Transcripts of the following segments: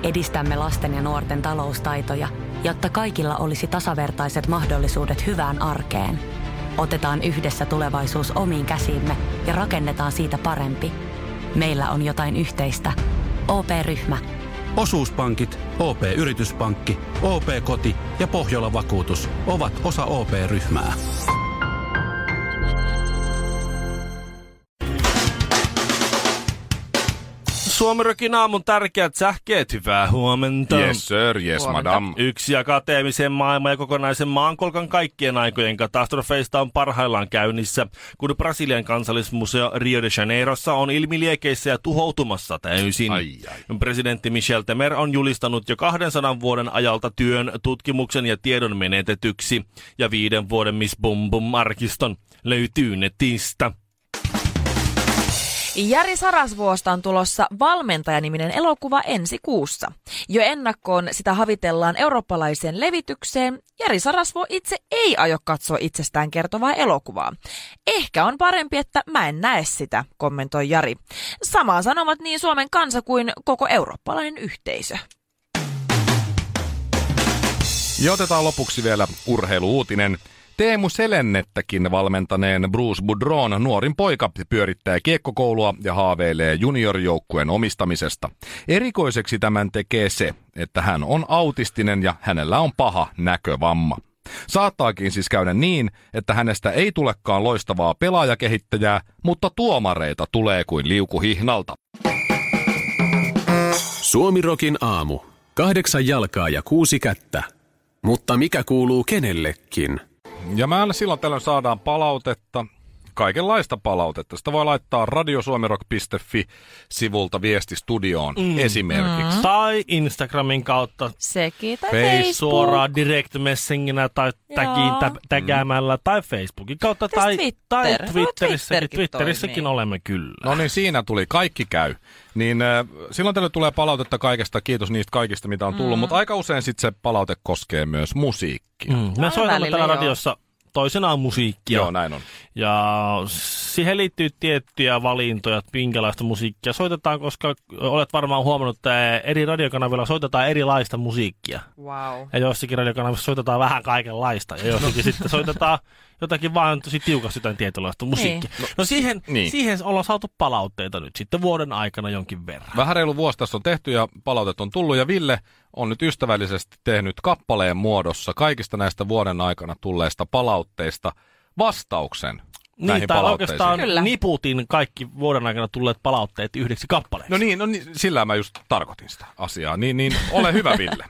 Edistämme lasten ja nuorten taloustaitoja, jotta kaikilla olisi tasavertaiset mahdollisuudet hyvään arkeen. Otetaan yhdessä tulevaisuus omiin käsiimme ja rakennetaan siitä parempi. Meillä on jotain yhteistä. OP-ryhmä. Osuuspankit, OP-yrityspankki, OP-koti ja Pohjola-vakuutus ovat osa OP-ryhmää. Suomirokin aamun tärkeät sähkeet, hyvää huomenta. Yes sir, yes huomenta. madam. Yksi akateemisen maailman ja kokonaisen maankolkan kaikkien aikojen katastrofeista on parhaillaan käynnissä, kun Brasilian kansallismuseo Rio de Janeirossa on ilmiliekeissä ja tuhoutumassa täysin. Ai. Presidentti Michel Temer on julistanut jo 200 vuoden ajalta työn, tutkimuksen ja tiedon menetetyksi, ja 5 vuoden Miss Bum Bum-arkiston löytyy netistä. Jari Sarasvuosta on tulossa Valmentaja-niminen elokuva ensi kuussa. Jo ennakkoon sitä havitellaan eurooppalaiseen levitykseen. Jari Sarasvuo itse ei aio katsoa itsestään kertovaa elokuvaa. Ehkä on parempi, että mä en näe sitä, kommentoi Jari. Samaa sanovat niin Suomen kansa kuin koko eurooppalainen yhteisö. Ja otetaan lopuksi vielä urheilu-uutinen. Teemu Selennettäkin valmentaneen Bruce Boudron nuorin poika pyörittää kiekkokoulua ja haaveilee juniorijoukkueen omistamisesta. Erikoiseksi tämän tekee se, että hän on autistinen ja hänellä on paha näkövamma. Saattaakin siis käydä niin, että hänestä ei tulekaan loistavaa pelaajakehittäjää, mutta tuomareita tulee kuin liukuhihnalta. Suomirokin aamu. 8 jalkaa ja 6 kättä. Mutta mikä kuuluu kenellekin? Ja mä silloin tällöin saadaan palautetta, kaikenlaista palautetta. Sitä voi laittaa radiosuomirock.fi-sivulta viestistudioon esimerkiksi. Tai Instagramin kautta. Sekin tai Facebook. Suoraan direct messenginä tai tägäämällä tai Facebookin kautta tai Twitterissäkin. Twitterissäkin olemme kyllä. No niin, siinä tuli. Kaikki käy. Niin silloin tällöin tulee palautetta kaikesta. Kiitos niistä kaikista, mitä on tullut. Mutta aika usein sitten se palaute koskee myös musiikkia. Me soitamme täällä radiossa toisenaan musiikkia. Joo, näin on. Ja siihen liittyy tiettyjä valintoja, että minkälaista musiikkia soitetaan, koska olet varmaan huomannut, että eri radiokanavilla soitetaan erilaista musiikkia. Wow. Ja joissakin radiokanavissa soitetaan vähän kaikenlaista. Ja joissakin sitten soitetaan jotakin vaan tosi tiukasti jotain tietynlaista musiikkia. No siihen ollaan saatu palautteita nyt sitten vuoden aikana jonkin verran. Vähän reilu vuosi tässä on tehty ja palautet on tullut. Ja Ville on nyt ystävällisesti tehnyt kappaleen muodossa kaikista näistä vuoden aikana tulleista palautteista vastauksen näihin palautteisiin. Oikeastaan niputin kaikki vuoden aikana tulleet palautteet yhdeksi kappaleeksi. No niin, sillä mä just tarkoitin sitä asiaa. Niin ole hyvä, Ville.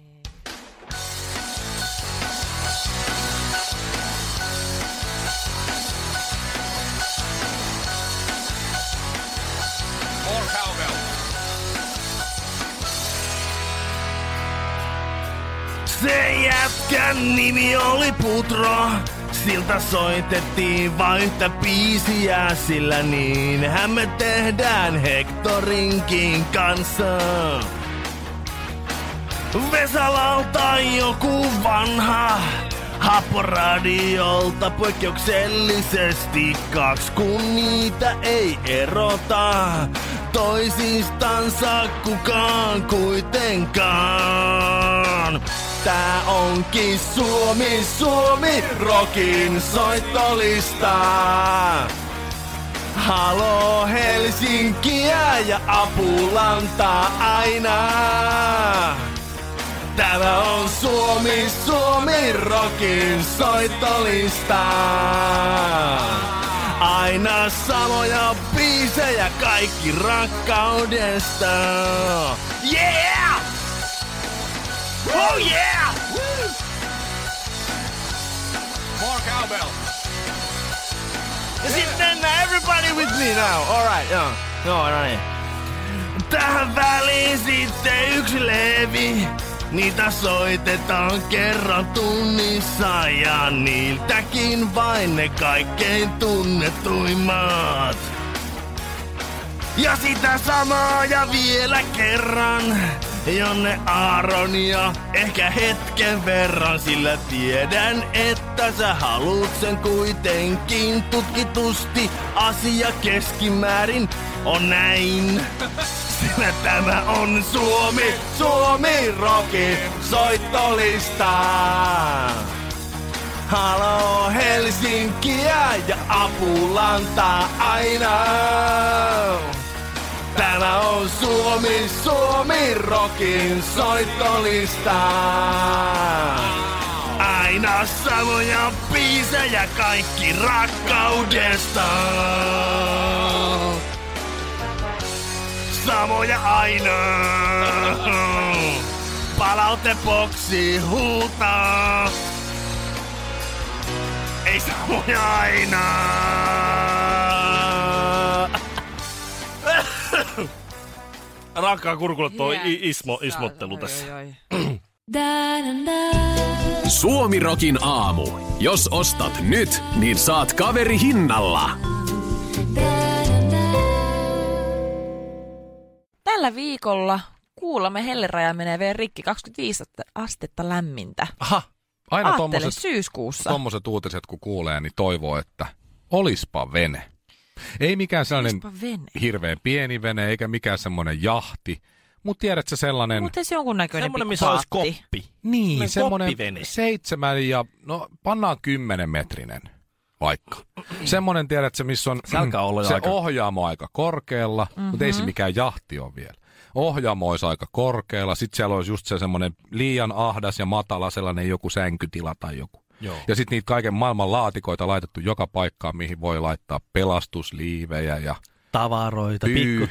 Se jätkän nimi oli Putro, siltä soitettiin vain yhtä biisiä, sillä niinhän me tehdään Hectorinkin kanssa. Vesalalta joku vanha Happoradiolta poikkeuksellisesti 2, kun niitä ei erota toisistansa kukaan kuitenkaan. Tää onkin Suomi rockin soittolista. Halo Helsinkiä ja Apulantaa aina. Täällä on Suomi rockin soittolista. Aina samoja biisejä, kaikki rakkaudesta. Yeah! Oh yeah! Woo! More cowbell. Ja sitten everybody with me now. Alright, joo, no niin. Tähän väliin sitten yksi levi. Niitä soitetaan kerran tunnissa ja niiltäkin vain ne kaikkein tunnetuimmat. Ja sitä samaa ja vielä kerran, Jonne Aaronia ehkä hetken verran, sillä tiedän, että sä haluut sen kuitenkin tutkitusti. Asia keskimäärin on näin. sillä tämä on Suomi Rockin soittolista. Halo Helsinkiä ja Apulantaa aina. Täällä on Suomi Rockin soittolista. Aina samoja biisejä kaikki rakkaudesta. Samoja aina. Palauteboksi huutaa. Ei samoja aina. Rakkaan kurkulle tuo ismottelu tässä. Suomi Rockin aamu. Jos ostat nyt, niin saat kaveri hinnalla. Tällä viikolla kuullamme helleraja menee vielä rikki 25 astetta lämmintä. Aha, aina aattele syyskuussa. Tommoset uutiset kun kuulee, niin toivoo, että olispa vene. Ei mikään sellainen hirveän pieni vene, eikä mikään semmoinen jahti. Mutta tiedätkö sellainen... Mutta se jonkunnäköinen semmoinen, missä olisi koppi. Niin, semmoinen 7 ja... No, pannaan 10 metrinen vaikka. Semmoinen, tiedätkö, missä on se ohjaamo aika korkealla, mutta ei se mikään jahti ole vielä. Ohjaamo olisi aika korkealla, sitten siellä olisi just se semmoinen liian ahdas ja matala sellainen joku sänkytila tai joku. Joo. Ja sitten niitä kaiken maailman laatikoita laitettu joka paikkaan, mihin voi laittaa pelastusliivejä ja... Tavaroita,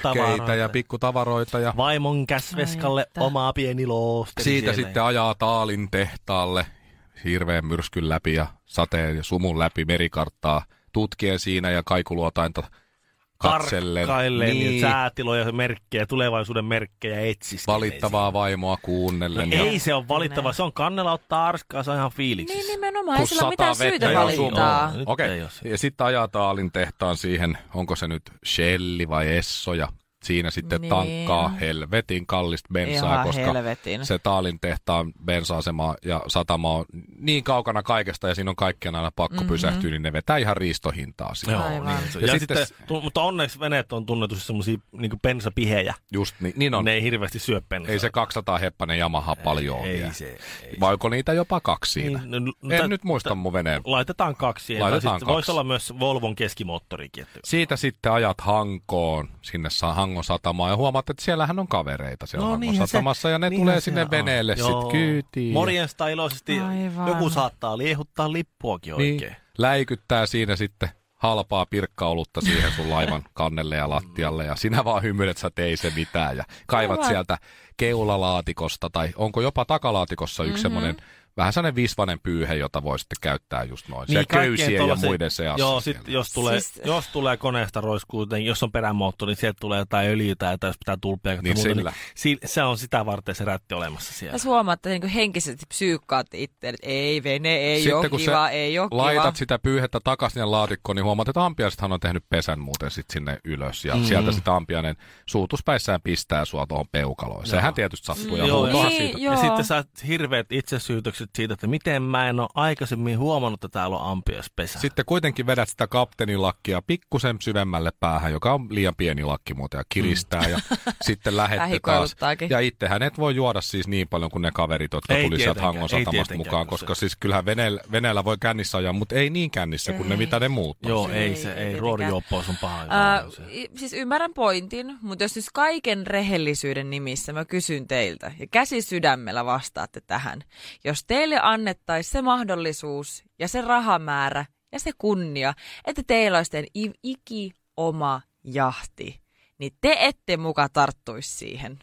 pikkutavaroita. Ja vaimon käsveskalle omaa pieni loosteri. Siitä sitten ajaa Taalin tehtaalle hirveän myrskyn läpi ja sateen ja sumun läpi merikarttaa tutkien siinä ja kaikuluotainta katsellen. Tarkkailleen niin. Säätiloja, merkkejä, tulevaisuuden merkkejä etsistä. Valittavaa vaimoa kuunnellen. No ei se ole valittavaa, se on kannella ottaa arskaa, se on ihan fiiliksissä. Niin nimenomaan, ei sillä mitään syytä valittaa. Okei, ja sitten ajaa Taalin tehtaan siihen, onko se nyt Shelli vai Esso ja siinä sitten tankkaa helvetin kallista bensaa, ihan koska se Taalin tehtaan bensa-asema ja satama on niin kaukana kaikesta ja siinä on kaikkien aina pakko pysähtyä, niin ne vetää ihan riistohintaa siihen. Joo, niin. Ja sitten, mutta onneksi veneet on tunnetusti semmosia niin bensapihejä. Just niin on. Ne ei hirveästi syö bensaa. Ei se 200-heppainen Yamaha paljon ole vielä. Vaiko niitä jopa 2 siinä? En nyt muista mun veneen. Laitetaan 2. Voisi olla myös Volvon keskimoottorikin. Siitä sitten ajat Hankoon, sinne saa Hangon satamaan ja huomaat, että siellähän on kavereita siellä Hangon satamassa ja ne tulee sinne veneelle sitten kyytiin. Morjesta iloisesti. Aivan. Joku saattaa liehuttaa lippuakin oikein. Niin. Läikyttää siinä sitten halpaa pirkkaolutta siihen sun laivan kannelle ja lattialle ja sinä vaan hymyilet, että ei se mitään ja kaivat sieltä keulalaatikosta tai onko jopa takalaatikossa yksi semmoinen vähän sellainen visvainen pyyhe, jota voi sitten käyttää just noin. Niin, köysien ja muiden seassa. Joo, sitten jos tulee koneesta roiskuu, jos on perämoottori, niin sieltä tulee jotain öljyä tai jos pitää tulppia. Niin sillä. Niin se on sitä varten se rätti olemassa siellä. Tässä huomaat, että niin henkisesti psyykkaatte itse, että ei vene, ei ole kiva, ei ole kiva. Laitat sitä pyyhettä takaisin ja laatikkoon, niin huomaat, että ampiaisethan on tehnyt pesän muuten sit sinne ylös. Ja sieltä sitä ampiainen suutuspäissään pistää sua tuohon peukaloon. Sehän tietysti sattuu. Ja sitten sä hirveät itsesyytökset siitä, että miten mä en ole aikaisemmin huomannut, että täällä on ampiaispesä. Sitten kuitenkin vedät sitä kapteenilakkia pikkusen syvemmälle päähän, joka on liian pieni lakki muuten ja kiristää ja sitten lähette taas. Ja itsehän et voi juoda siis niin paljon kuin ne kaverit, jotka tuli sieltä Hangon satamasta mukaan, koska siis kyllähän veneellä voi kännissä ajaa, mutta ei niin kännissä kuin ne mitä ne muut on. Joo, ei ruorijuoppaus on paha. Siis ymmärrän pointin, mutta jos siis kaiken rehellisyyden nimissä mä kysyn teiltä ja käsi sydämellä vastaatte tähän. Jos teille annettaisiin se mahdollisuus ja se rahamäärä ja se kunnia, että teillä olisi teidän oma jahti, niin te ette muka tarttuisi siihen.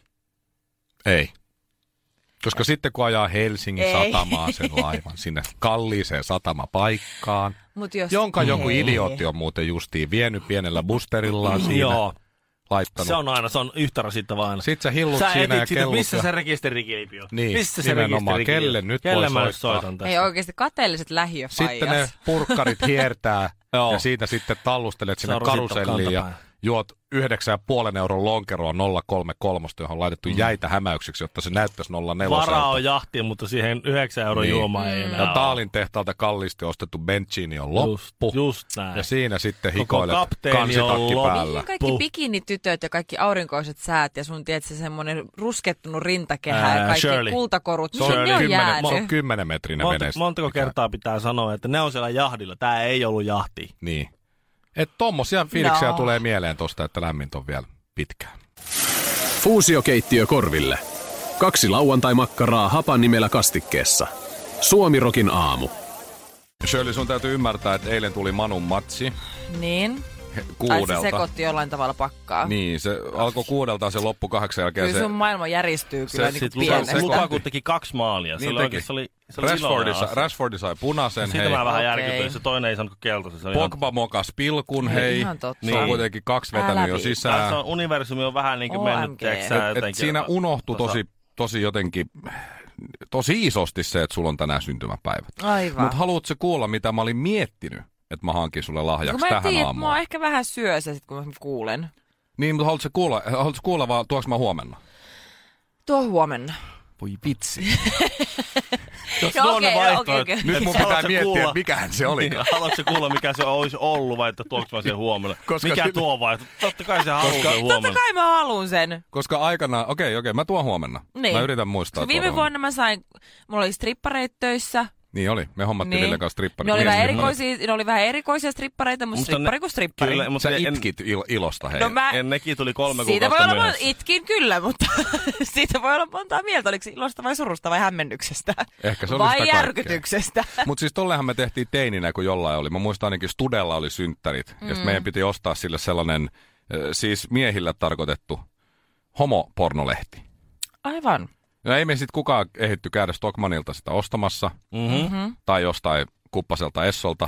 Ei. Koska sitten kun ajaa Helsingin satamaan sen laivan sinne kalliiseen satamapaikkaan, jonka joku idiootti on muuten justiin vienyt pienellä boosterillaan siinä. Joo. Laittanut. Se on yhtä rasittavaa aina. Sitten sä hillut siinä ja kellut. Missä se rekisterikilpi on? Niin, missä se rekisterikilpi on? Kelle mä soitan tästä? Ei oikeasti kateelliset lähiöfaijat. Sitten ne purkkarit hiertää ja siitä sitten tallustelet sinne karuselliin juot 9,5 euron lonkeroa 033, johon on laitettu jäitä hämäykseksi, jotta se näyttäisi 04. Varaa on jahtia, mutta siihen 9 euron juomaa ei enää Ja Taalin tehtaalta kalliisti ostettu bensiini on loppu. Just näin. Ja siinä sitten hikoilet kapteeni on kansitakki loppu. päällä. Niin kaikki bikinitytöt ja kaikki aurinkoiset säät ja sun tiedät se semmoinen ruskettunut rintakehä ja kaikki Shirley. kultakorut. Se on, Ne on jäänyt. se on 10-metrinen vene. Montako kertaa pitää sanoa, että ne on siellä jahdilla. Tää ei ollut jahti. Niin. Että tommosia fiiliksiä tulee mieleen tosta, että lämmintä on vielä pitkään. Fuusiokeittiö korville. 2 lauantai-makkaraa hapan nimellä kastikkeessa. Suomirokin aamu. Shirley, sun täytyy ymmärtää, että eilen tuli Manun matsi Niin. 6. Ai se sekoitti jollain tavalla pakkaa. Niin, se alkoi 6 se loppui 8 jälkeen. Kyllä sun maailma järjestyy kyllä niin kuin pienestä. Lukaku teki 2 maalia. Niin Se oli Rashford sai punaisen. Siitä mä vähän järkytyin. Se toinen ei saanut keltaisen. Pogba mokas pilkun, hei. Ihan totta. Se on kuitenkin 2 vetänyt jo sisään. Tässä on universumi on vähän niin kuin mennyt. Et siinä unohtui tosi jotenkin, tosi isosti se, että sulla on tänään syntymäpäivä. Aivan. Mutta haluatko kuulla, mitä mä olin miettinyt, että mä hankin sulle lahjaksi tähän aamuun? Mä oon ehkä vähän syösä sit, kun mä kuulen. Niin, mutta haluatko kuulla vaan, tuoks mä huomenna? Tuo huomenna. Voi vitsi. Okei. Nyt mun pitää miettiä, että mikähän se oli. Haluatko kuulla, mikä se olisi ollut, vai että tuoks mä sen huomenna? Mikä tuo vai? Totta kai se haluaa sen huomenna. Totta kai mä haluun sen. Koska aikanaan, okei, mä tuon huomenna. Niin. Mä yritän muistaa. Viime vuonna mä sain, mulla oli strippareita töissä. Niin oli, me hommattiin Ville kanssa stripparit. Ne oli vähän erikoisia strippareita, mutta strippari kuin strippari. Kyllä, mutta sä itkit ilosta, hei. No nekin tuli 3 siitä kuukautta voi olla myöhässä. itkin kyllä, mutta siitä voi olla montaa mieltä. Oliko se ilosta vai surusta vai hämmennyksestä? Ehkä se oli vai sitä järkytyksestä? Mutta siis tollehan me tehtiin teininä, kun jollain oli. Mä muistan ainakin Studella oli synttärit. Ja sitten meidän piti ostaa sille sellainen, siis miehillä tarkoitettu homopornolehti. Aivan. No ei me sitten kukaan ehditty käydä Stockmannilta sitä ostamassa. Tai jostain kuppaselta Essolta.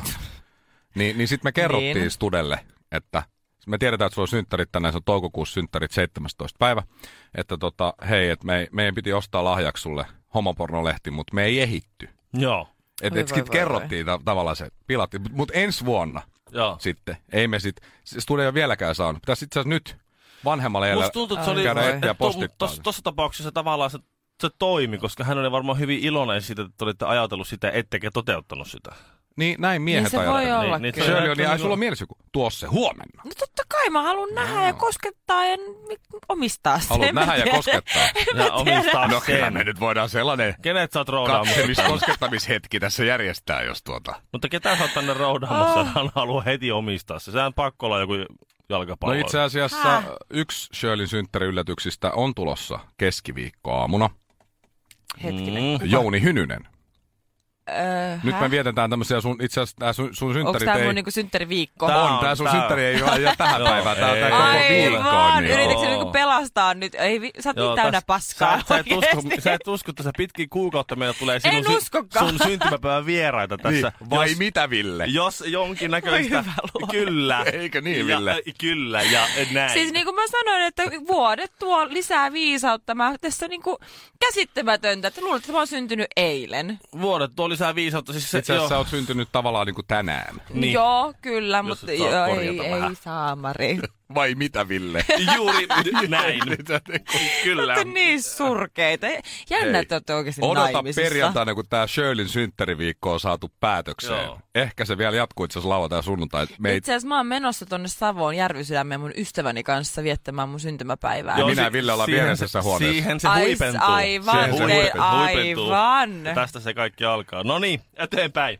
niin sitten me kerrottiin Studelle, että me tiedetään, että sulla on synttärit tänään, se on toukokuussa synttärit 17. päivä. Että hei, että meidän piti ostaa lahjaksi sulle homopornolehti, mutta me ei ehitty. Joo. Että sitten kerrottiin tavallaan se, pilattiin. Mutta ensi vuonna sitten, ei me sitten, Studio ei ole vieläkään saanut. Pitäisi itse asiassa nyt vanhemmalle käydä etsiä postittaa. Tuossa tapauksessa tavallaan se toimi, koska hän oli varmaan hyvin iloinen siitä, että olitte ajatellut sitä, ettekä toteuttanut sitä. Niin, näin miehet niin se voi ajatella. olla niin, kyllä. Shirley on, sulla on mielessä joku, tuo se huomenna. No totta kai mä haluan nähdä ja koskettaa ja omistaa sen. Haluat nähdä ja koskettaa. Ja omistaa No kyllä me nyt voidaan sellainen kenet sä oot roudaamassa? koskettamishetki tässä järjestää, jos Mutta ketä sä oot tänne roudaamassa? Hän haluaa heti omistaa se. Sehän pakko olla joku jalkapallo. No itse asiassa yksi Shirleyn synttäriyllätyksistä on tulossa keskiviikkoaamuna. Hetkinen. Jouni Hynynen. Nyt me Häh? vietetään tämmöisiä itse asiassa tää sun synttärit Onko tää ei... mun niinku synttäriviikko? Tää sun synttäri ei ole tähän päivään. Tää koko viikkoon. Aivan, Niin. yritätkö niinku pelastaa nyt? Sä oot niin täynnä paskaa. Sä et usko, että se pitkin kuukautta meillä tulee En uskokaan. sun syntymäpäivän vieraita tässä. Niin. Vai mitä, Ville? Jos jonkinnäköistä... Voi hyvä luoja. Kyllä. Eikö niin, Ville? Kyllä, ja näin. Siis niin kuin mä sanoin, että vuodet tuo lisää viisautta. Tässä on niinku käsittämätöntä, että luulet, että mä oon syntynyt eilen. Vuodet tuo lisää viisautta. Siis Itse asiassa sä oot syntynyt tavallaan niin kuin tänään. Niin. Joo, kyllä, Jos mutta et saa korjata ei saamari. Vai mitä, Ville? Juuri näin. Kyllä. Olette niin surkeita. Jännä, että olette oikeasti Odota naimisissa. perjantaina, kun tää Shirleyn synttäriviikko on saatu päätökseen. Joo. Ehkä se vielä jatkuu itse asiassa lauantai ja sunnuntai. Itse asiassa mä oon menossa tonne Savoon Järvisydämeen mun ystäväni kanssa viettämään mun syntymäpäivää. Joo, minä ja Ville ollaan vieressä huoneessa. Siihen se huipentuu. Aivan, aivan. Ja tästä se kaikki alkaa. No niin, eteenpäin.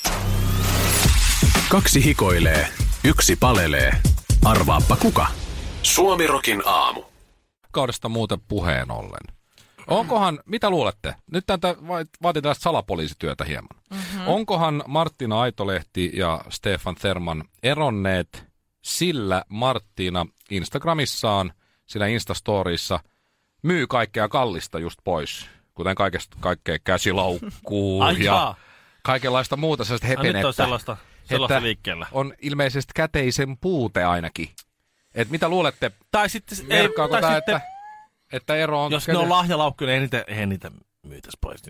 2 hikoilee, 1 palelee. Arvaappa kuka? Suomirokin aamu. Kaudesta muuten puheen ollen. Onkohan, mitä luulette? Nyt tätä vaatii tällaista salapoliisityötä hieman. Onkohan Marttiina Aitolehti ja Stefan Therman eronneet, sillä Marttiina Instagramissaan, sillä Instastoriissa, myy kaikkea kallista just pois. Kuten kaikkea käsilaukkuu ja kaikenlaista muuta sellaista hepenettä. Nyt on sellaista liikkeellä. On ilmeisesti käteisen puute ainakin. Et mitä luulette? Tai sitten... Merkkaako tämä, että ero on... Jos ne on lahjalaukku, niin ei niitä myytäisi pois.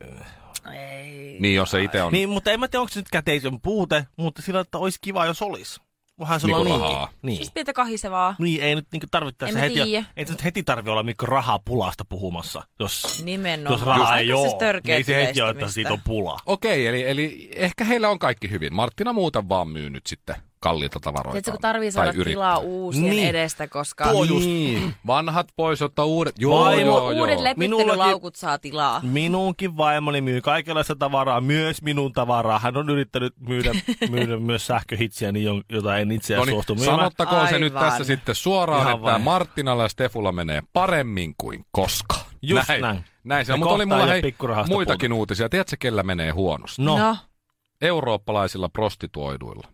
Ei. Niin, jos se itse on... Niin, mutta en mä tiedä, onko se nyt käteisen puute, mutta sillä, että olisi kiva, jos olisi. vähän sulla Niinku niinkin. rahaa. Niin. Siis pientä kahisevaa. Niin, ei nyt niinku tarvittaisi heti. Ei nyt heti tarvitse olla Mikko rahaa pulasta puhumassa, jos rahaa ei ole. Ei se heti ole, että siitä on pula. Okei, eli ehkä heillä on kaikki hyvin. Marttina muuten vaan myy nyt sitten kalliita tavaroita. Tiedätkö, kun tarvii saada tilaa uusien edestä, koska... Niin, vanhat pois, ottaa uudet. Uudet lepyttelylaukut saa tilaa. Minunkin vaimoni myy kaikenlaista tavaraa, myös minun tavaraa. Hän on yrittänyt myydä myös sähköhitsiä, niin jota en itse asiassa suostu myymään. Sanottakoon se nyt tässä sitten suoraan, että Marttinalla ja Stefulla menee paremmin kuin koskaan. Just näin. Näin se on, mutta oli mulla muitakin uutisia. Tiedätkö, kellä menee huonosti? No. Eurooppalaisilla prostituoiduilla.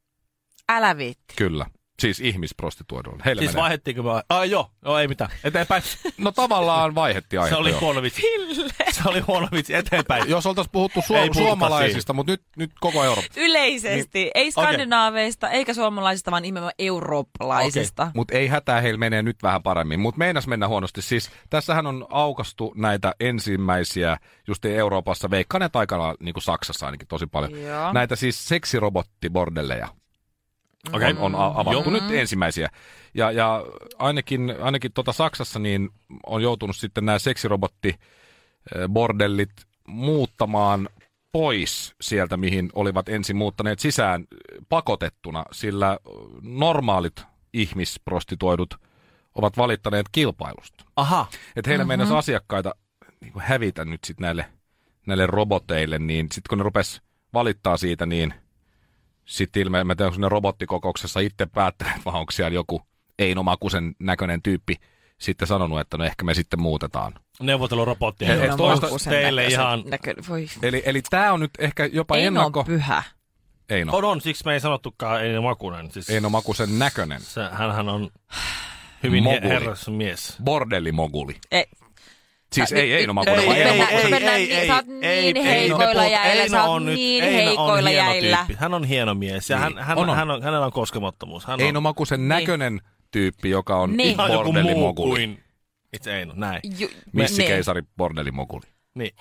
Älä viitti. Kyllä. Siis ihmisprostituoiduilla. Heillä siis menee. vaihdettiinko me? Joo, ei mitään. Eteenpäin. No tavallaan vaihdettiin aihetta. Se oli huono vitsi. Se oli huono vitsi. Eteenpäin. Jos oltaisiin puhuttu suomalaisista, mutta nyt koko Eurooppa. Yleisesti. Niin, ei skandinaaveista, eikä suomalaisista, vaan nimenomaan eurooppalaisista. Okay. Mutta ei hätää, heillä menee nyt vähän paremmin. Mutta meinas mennä huonosti. Siis tässähän on aukastu näitä ensimmäisiä, just Euroopassa, veikkaneet aikana, niin kuin Saksassa ainakin tosi paljon. Joo. Näitä siis seksirobottibordelleja. Okay. On avattu nyt ensimmäisiä. Ja ainakin Saksassa niin on joutunut sitten nämä seksirobottibordellit muuttamaan pois sieltä, mihin olivat ensin muuttaneet sisään pakotettuna, sillä normaalit ihmisprostituoidut ovat valittaneet kilpailusta. Aha. Että heillä meinasi asiakkaita niin kuin hävitä nyt sitten näille roboteille, niin sitten kun ne rupes valittaa siitä, niin sitten ilmeisesti, onko ne robottikokouksessa itse päättäneet, vai onko siellä joku Eino Makusen näköinen tyyppi sitten sanonut, että no ehkä me sitten muutetaan. Neuvotelurobotti. Teille ihan... Eli tämä on nyt ehkä jopa ennakko... Eino on pyhä. Eino. On, siksi me ei sanottukaan Eino Makunen. Siis Eino Makusen näköinen. Hänhän on hyvin herras mies. Bordellimoguli. Siis ei Eino Makunen, vaan Eino Makusen. Sä oot niin heikoilla jäillä. Sä oot niin heikoilla jäillä. Hän on hieno mies ja hänellä on koskemattomuus. Eino Makusen näköinen tyyppi, joka on bordellimoguli. Kuin itse Eino, näin. Missikeisari bordellimoguli. Niin,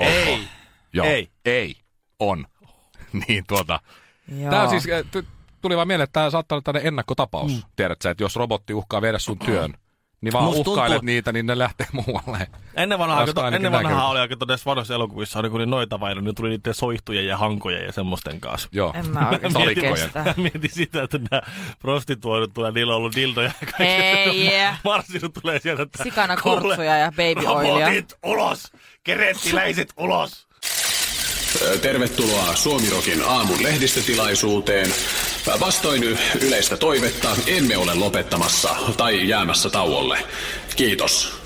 ei, on. Niin Tää on siis, tuli vaan mieleen, että tää saattaa olla tämmöinen ennakkotapaus. Tiedät sä, että jos robotti uhkaa viedä sun työn, niin vaan uhkailet niitä, niin ne lähtee muualle. Ennen vanhaa oli aika todessa vanhoissa elokuvissa, kun oli noita vailla, niin tuli niiden soihtujen ja hankojen ja semmoisten kanssa. Joo, en mä oikein kestä. Mietin sitä, että nämä prostituoidut tulee, niillä on ollut dildoja ja kaikki. Marsinut tulee sieltä, että sikana kortsuja ja baby oilia. Robotit ulos! Kerettiläiset ulos! Tervetuloa Suomirokin aamun lehdistötilaisuuteen. Vastoin yleistä toivetta emme ole lopettamassa tai jäämässä tauolle. Kiitos.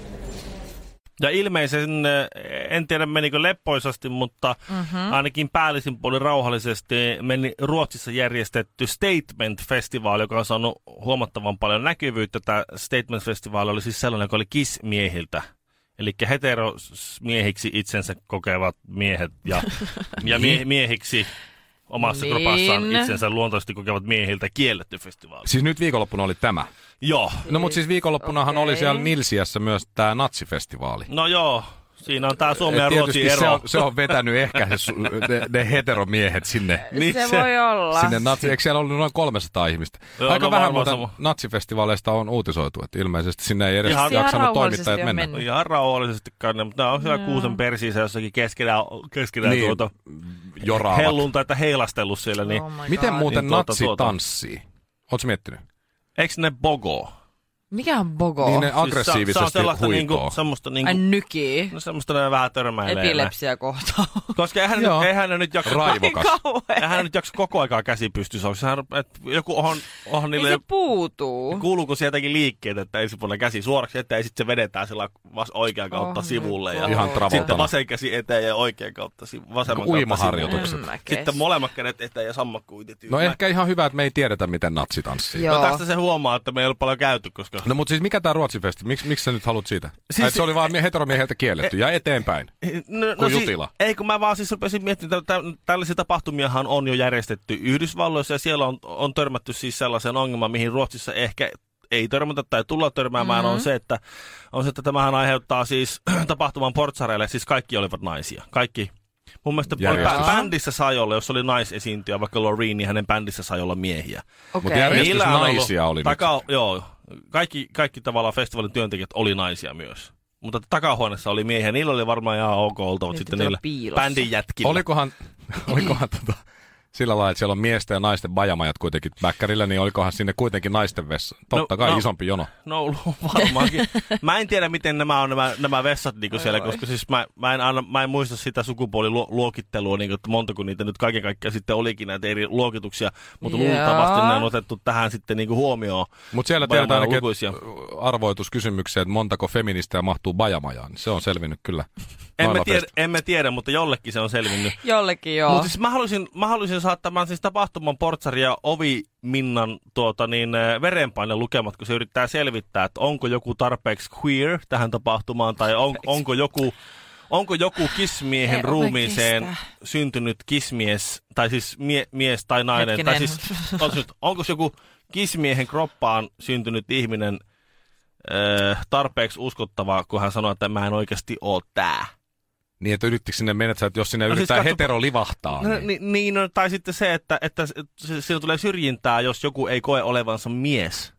Ja ilmeisen, en tiedä menikö leppoisasti, mutta ainakin päällisin puolin rauhallisesti meni Ruotsissa järjestetty Statement-festivaali, joka on saanut huomattavan paljon näkyvyyttä. Tämä Statement-festivaali oli siis sellainen, joka oli Kiss-miehiltä. Eli heteromiehiksi itsensä kokevat miehet ja miehiksi omassa kropassaan itsensä luontaisesti kokevat miehiltä kielletty festivaali. Siis nyt viikonloppuna oli tämä? Joo. No mutta siis viikonloppunahan oli siellä Nilsiässä myös tämä natsifestivaali. No joo. Siinä on tämä Suomen ja Ruotsin ero. Se on vetänyt ehkä ne heteromiehet sinne. Niin se voi olla. Sinne eikö siellä ollut noin 300 ihmistä? Joo, aika vähän muuten natsifestivaaleista on uutisoitu, että ilmeisesti sinne ei edes jaksanut toimittajat mennä. Ihan rauhallisesti kanne, mutta nämä on siellä kuusen persiissä jossakin keskellä niin, hellunta, että heilastellut siellä. Niin, miten muuten natsi tanssii? Ootko miettinyt? Eikö ne bogo? Mikä on bogo? Niin ne aggressiivisesti huikoo. Niinku, semmoista niinku... nykii. No semmoista ne vähän törmäilee. Epilepsia kohtaa. Koska eihän ne nyt jaksa... Raivokas. Eihän ne nyt jaksa koko aikaa käsi pystyssä. Joku on niille... Se puutuu. Kuuluuko sieltäkin liikkeet, että ensin puolella käsi suoraksi eteen ja sitten se vedetään sillä oikean kautta sivulle. Ja ihan sitten vasen käsi eteen ja oikean kautta vasemman kautta uimaharjoitukset. Sitten molemmat kädet eteen ja sammakkuitit. No ehkä ihan hyvä, että me ei tiedetä, miten natsi tanssii. No tästä se huomaa, että me ei ole paljon käyty, koska... No mutta siis mikä tää Ruotsi-festi? Miksi sä nyt haluat siitä? Siis, se oli vaan heteromieheltä kielletty ja eteenpäin. Kuin jutila. Ei kun mä vaan siis rupesin miettimään, että tällaisia tapahtumiahan on jo järjestetty Yhdysvalloissa ja siellä on törmätty siis sellaisen ongelman, mihin Ruotsissa ehkä ei törmätä tai tulla törmäämään, on se, että tämähän aiheuttaa siis tapahtuman portsareille, siis kaikki olivat naisia. Kaikki Mun mielestä bändissä sai olla, jos oli naisesiintyjä, vaikka Loreen, niin hänen bändissä sai olla miehiä. Mutta järjestys naisia oli nyt. Joo, kaikki tavallaan festivaalin työntekijät oli naisia myös. Mutta takahuoneessa oli miehiä. Niillä oli varmaan ihan ok oltavat sitten niillä bändin jätkillä. Olikohan sillä lailla, että siellä on miesten ja naisten bajamajat kuitenkin bäkkärillä, niin olikohan sinne kuitenkin naisten vessa? Totta kai isompi jono. No varmaankin. Mä en tiedä, miten nämä vessat niinku siellä, koska siis mä en muista sitä sukupuoliluokittelua, niinku, että montako niitä nyt kaiken kaikkiaan sitten olikin näitä eri luokituksia, mutta luultavasti ne on otettu tähän sitten niinku huomioon. Mutta siellä tiedetään ainakin arvoituskysymyksiä, että montako feministejä mahtuu bajamajaan. Se on selvinnyt kyllä. Emme tiedä, mutta jollekin se on selvinnyt. Jollekin joo. Mutta siis mä haluaisin saada tämän siis tapahtuman portsari ja Ovi Minnan verenpaine lukemat, kun se yrittää selvittää, että onko joku tarpeeksi queer tähän tapahtumaan, tai onko joku kissmiehen ruumiiseen syntynyt kissmies, tai siis mies tai nainen. Hetkinen. Tai siis, onko joku kissmiehen kroppaan syntynyt ihminen tarpeeksi uskottava, kun hän sanoo, että mä en oikeasti ole tää. Niin, että yrittikö sinne mennä, että jos sinne yrittää siis hetero livahtaa. Niin, tai sitten se, että siinä tulee syrjintää, jos joku ei koe olevansa mies.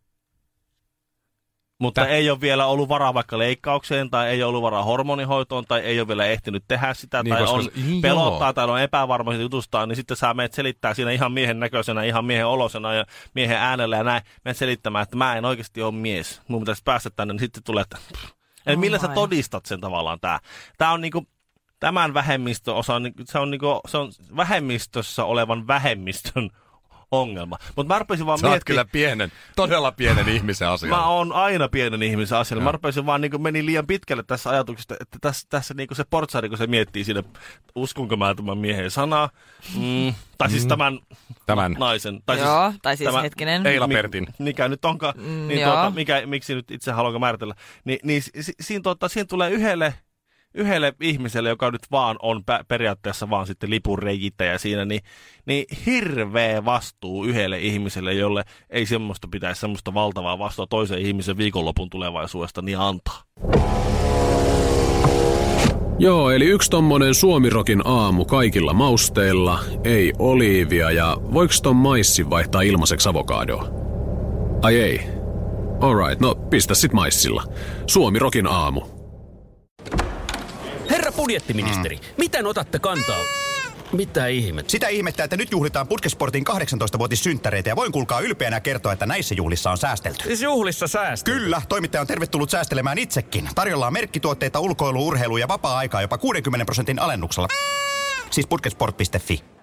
Mutta ei ole vielä ollut varaa vaikka leikkaukseen, tai ei ole ollut varaa hormonihoitoon, tai ei ole vielä ehtinyt tehdä sitä, niin, tai on pelottaa, tai on epävarma jutustaan, niin sitten sä menet selittää siinä ihan miehen näköisenä, ihan miehen olosena ja miehen äänellä ja näin. Menet selittämään, että mä en oikeasti ole mies. Mun pitäisi päästä tänne, niin sitten tulee, että eli millä sä todistat sen tavallaan tää? Tää on niinku tämän vähemmistöosa, se on vähemmistössä olevan vähemmistön ongelma. Mutta mä rupesin vaan miettimään. Sä oot kyllä todella pienen ihmisen asialla. Mä oon aina pienen ihmisen asialla. Mä rupesin vaan meni liian pitkälle tässä ajatuksesta, että tässä se portsari, kun se miettii siinä, uskonko mä tämän miehen sanaa, tai siis tämän naisen. Tai siis hetkinen. Eila Pertin. Mikä nyt onkaan, miksi nyt itse haluanko määritellä. Siinä tulee yhdelle ihmiselle, joka nyt vaan on periaatteessa vaan sitten lipunreijittäjä siinä, niin hirveä vastuu yhdelle ihmiselle, jolle ei pitäisi semmoista valtavaa vastuua toisen ihmisen viikonlopun tulevaisuudesta niin antaa. Joo, eli yksi tommonen Suomirokin aamu kaikilla mausteilla, ei oliivia ja voiko ton maissin vaihtaa ilmaiseksi avokadoa? Ai ei. Alright, no pistä sit maissilla. Suomirokin aamu. Herra budjettiministeri, miten otatte kantaa? Mitä ihmettä? Sitä ihmettä, että nyt juhlitaan Putkesportin 18-vuotissynttäreitä ja voin kuulkaa ylpeänä kertoa, että näissä juhlissa on säästelty. Siis juhlissa säästelty? Kyllä, toimittaja on tervetullut säästelemään itsekin. Tarjolla on merkkituotteita, ulkoilu, urheilu ja vapaa-aikaa jopa 60% alennuksella. Siis putkesport.fi.